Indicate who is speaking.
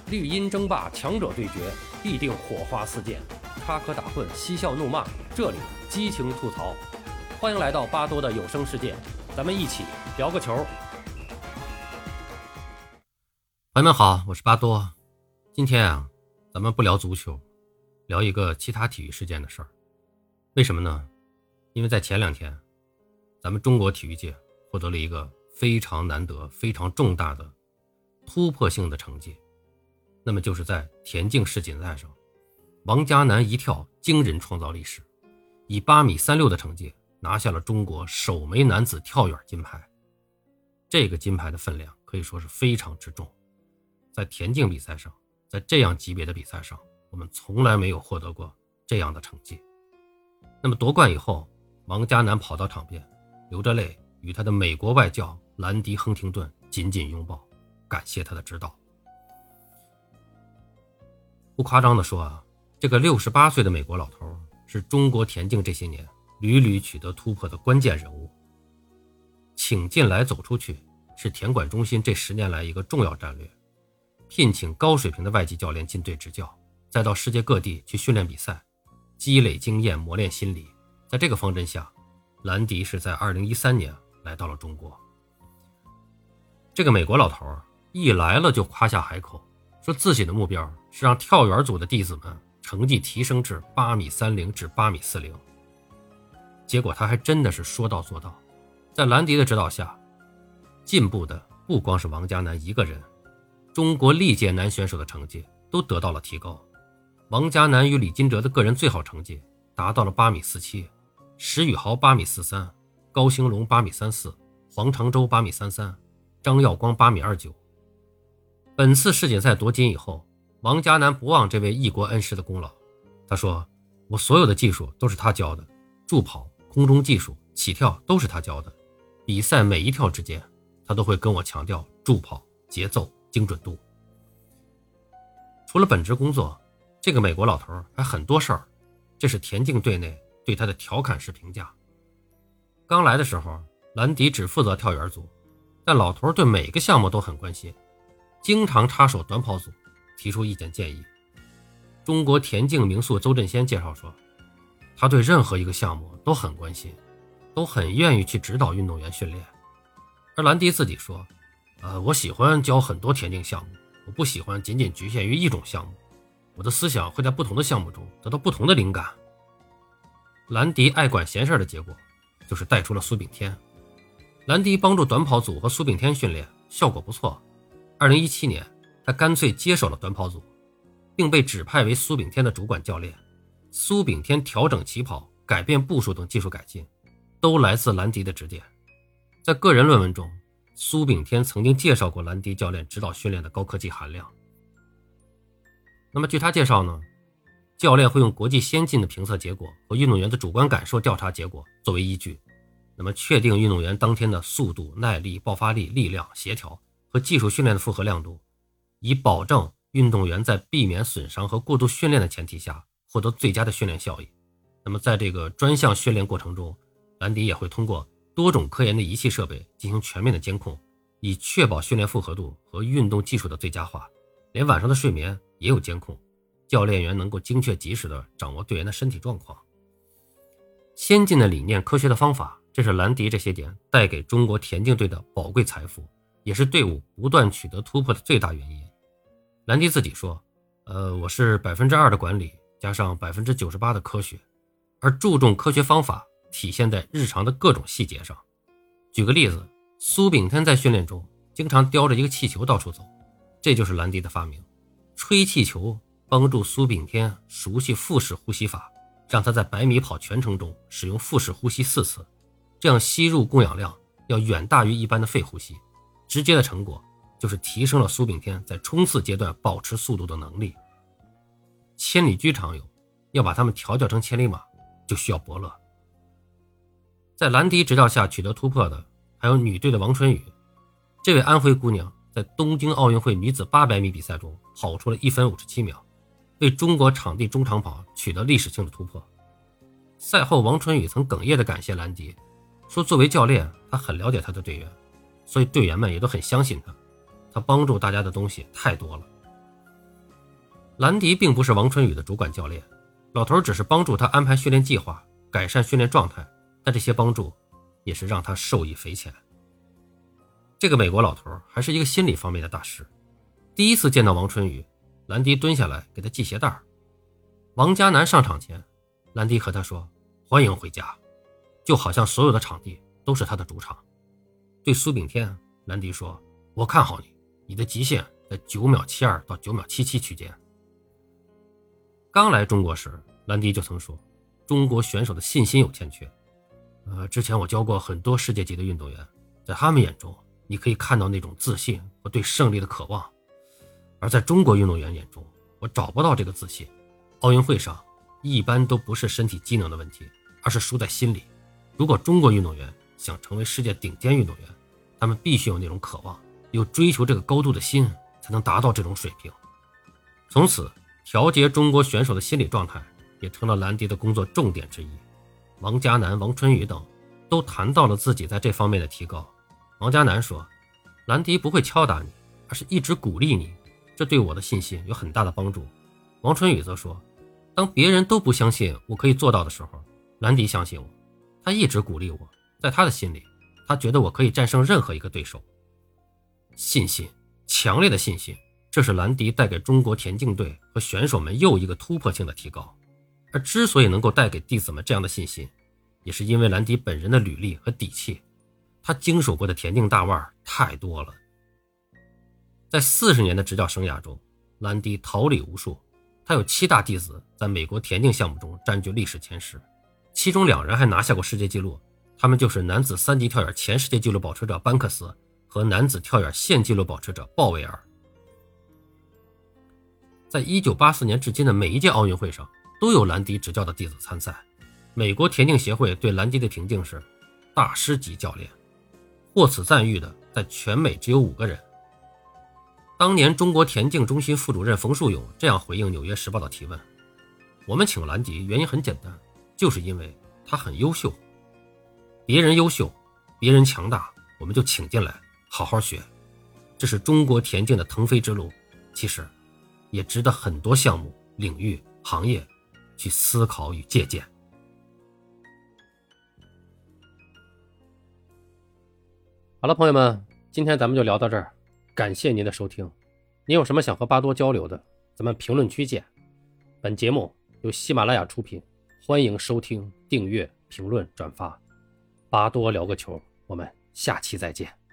Speaker 1: 绿茵争霸，强者对决，必定火花四溅，插科打诨，嬉笑怒骂，这里激情吐槽。欢迎来到巴多的有声世界，咱们一起聊个球。
Speaker 2: 朋友们好，我是巴多。今天咱们不聊足球，聊一个其他体育事件的事儿。为什么呢？因为在前2天，咱们中国体育界获得了一个非常难得、非常重大的突破性的成绩。那么就是在田径世锦赛上，王嘉男一跳惊人创造历史，以8.36米的成绩拿下了中国首枚男子跳远金牌。这个金牌的分量可以说是非常之重，在田径比赛上，在这样级别的比赛上，我们从来没有获得过这样的成绩。那么夺冠以后，王嘉男跑到场边，流着泪与他的美国外教兰迪·亨廷顿紧紧拥抱，感谢他的指导。不夸张地说这个68岁的美国老头是中国田径这些年屡屡取得突破的关键人物。请进来走出去是田管中心这10年来一个重要战略，聘请高水平的外籍教练进队执教，再到世界各地去训练比赛，积累经验，磨练心理。在这个方针下，兰迪是在2013年来到了中国。这个美国老头一来了就夸下海口，说自己的目标是让跳远组的弟子们成绩提升至8.30米至8.40米。结果他还真的是说到做到，在兰迪的指导下，进步的不光是王嘉男一个人，中国历届男选手的成绩都得到了提高。王嘉男与李金哲的个人最好成绩达到了8.47米，石宇豪8.43米，高兴龙8.34米，黄长洲8.33米，张耀光8.29米。本次世锦赛夺金以后，王嘉男不忘这位异国恩师的功劳。他说，我所有的技术都是他教的，助跑、空中技术、起跳都是他教的，比赛每一跳之间他都会跟我强调助跑、节奏、精准度。除了本职工作，这个美国老头还很多事儿，这是田径队内对他的调侃式评价。刚来的时候，兰迪只负责跳远组，但老头对每个项目都很关心，经常插手短跑组，提出意见建议。中国田径名宿邹振先介绍说，他对任何一个项目都很关心，都很愿意去指导运动员训练。而兰迪自己说，我喜欢教很多田径项目，我不喜欢仅仅局限于一种项目，我的思想会在不同的项目中得到不同的灵感。兰迪爱管闲事的结果就是带出了苏炳添。兰迪帮助短跑组和苏炳添训练，效果不错。2017年，他干脆接手了短跑组，并被指派为苏炳添的主管教练。苏炳添调整起跑、改变步数等技术改进，都来自兰迪的指点。在个人论文中，苏炳添曾经介绍过兰迪教练指导训练的高科技含量。那么据他介绍呢，教练会用国际先进的评测结果和运动员的主观感受调查结果作为依据，那么确定运动员当天的速度、耐力、爆发力、力量、协调和技术训练的负荷亮度，以保证运动员在避免损伤和过度训练的前提下获得最佳的训练效益。那么在这个专项训练过程中，兰迪也会通过多种科研的仪器设备进行全面的监控，以确保训练负荷度和运动技术的最佳化。连晚上的睡眠也有监控，教练员能够精确及时地掌握队员的身体状况。先进的理念、科学的方法，这是兰迪这些年带给中国田径队的宝贵财富，也是队伍不断取得突破的最大原因。兰迪自己说，我是2%的管理加上98%的科学，而注重科学方法体现在日常的各种细节上。举个例子，苏炳添在训练中经常叼着一个气球到处走，这就是兰迪的发明。吹气球帮助苏炳添熟悉腹式呼吸法，让他在100米跑全程中使用腹式呼吸4次，这样吸入供氧量要远大于一般的肺呼吸，直接的成果就是提升了苏炳添在冲刺阶段保持速度的能力。千里驹常有，要把他们调教成千里马，就需要伯乐。在兰迪指导下取得突破的还有女队的王春雨。这位安徽姑娘在东京奥运会女子800米比赛中跑出了1分57秒，为中国场地中长跑取得历史性的突破。赛后王春雨曾哽咽地感谢兰迪，说作为教练他很了解他的队员，所以队员们也都很相信他，他帮助大家的东西太多了。 兰迪并不是王春雨的主管教练，老头只是帮助他安排训练计划，改善训练状态，但这些帮助也是让他受益匪浅。这个美国老头还是一个心理方面的大师。第一次见到王春雨，兰迪蹲下来给他系鞋带。王嘉男上场前，兰迪和他说欢迎回家，就好像所有的场地都是他的主场。对苏炳添，兰迪说我看好你，你的极限在9秒72到9秒77区间。刚来中国时，兰迪就曾说中国选手的信心有欠缺。之前我教过很多世界级的运动员，在他们眼中你可以看到那种自信和对胜利的渴望，而在中国运动员眼中，我找不到这个自信。奥运会上一般都不是身体机能的问题，而是输在心里。如果中国运动员想成为世界顶尖运动员，他们必须有那种渴望，有追求这个高度的心，才能达到这种水平。从此调节中国选手的心理状态也成了兰迪的工作重点之一。王嘉男、王春雨等都谈到了自己在这方面的提高。王嘉男说，兰迪不会敲打你，而是一直鼓励你，这对我的信心有很大的帮助。王春雨则说，当别人都不相信我可以做到的时候，兰迪相信我，他一直鼓励我，在他的心里，他觉得我可以战胜任何一个对手。信心，强烈的信心，这是兰迪带给中国田径队和选手们又一个突破性的提高。而之所以能够带给弟子们这样的信心，也是因为兰迪本人的履历和底气。他经手过的田径大腕太多了。在40年的执教生涯中，兰迪桃李无数，他有7大弟子在美国田径项目中占据历史前10，其中2人还拿下过世界纪录，他们就是男子3级跳远前世界纪录保持者班克斯和男子跳远现纪录保持者鲍威尔。在1984年至今的每一届奥运会上，都有兰迪执教的弟子参赛。美国田径协会对兰迪的评定是大师级教练，获此赞誉的在全美只有5个人。当年中国田径中心副主任冯树勇这样回应《纽约时报》的提问，我们请兰迪原因很简单，就是因为他很优秀。别人优秀，别人强大，我们就请进来好好学。这是中国田径的腾飞之路，其实也值得很多项目、领域、行业去思考与借鉴。
Speaker 1: 好了，朋友们，今天咱们就聊到这儿，感谢您的收听。您有什么想和巴多交流的，咱们评论区见。本节目由喜马拉雅出品，欢迎收听、订阅、评论、转发。巴多聊个球，我们下期再见。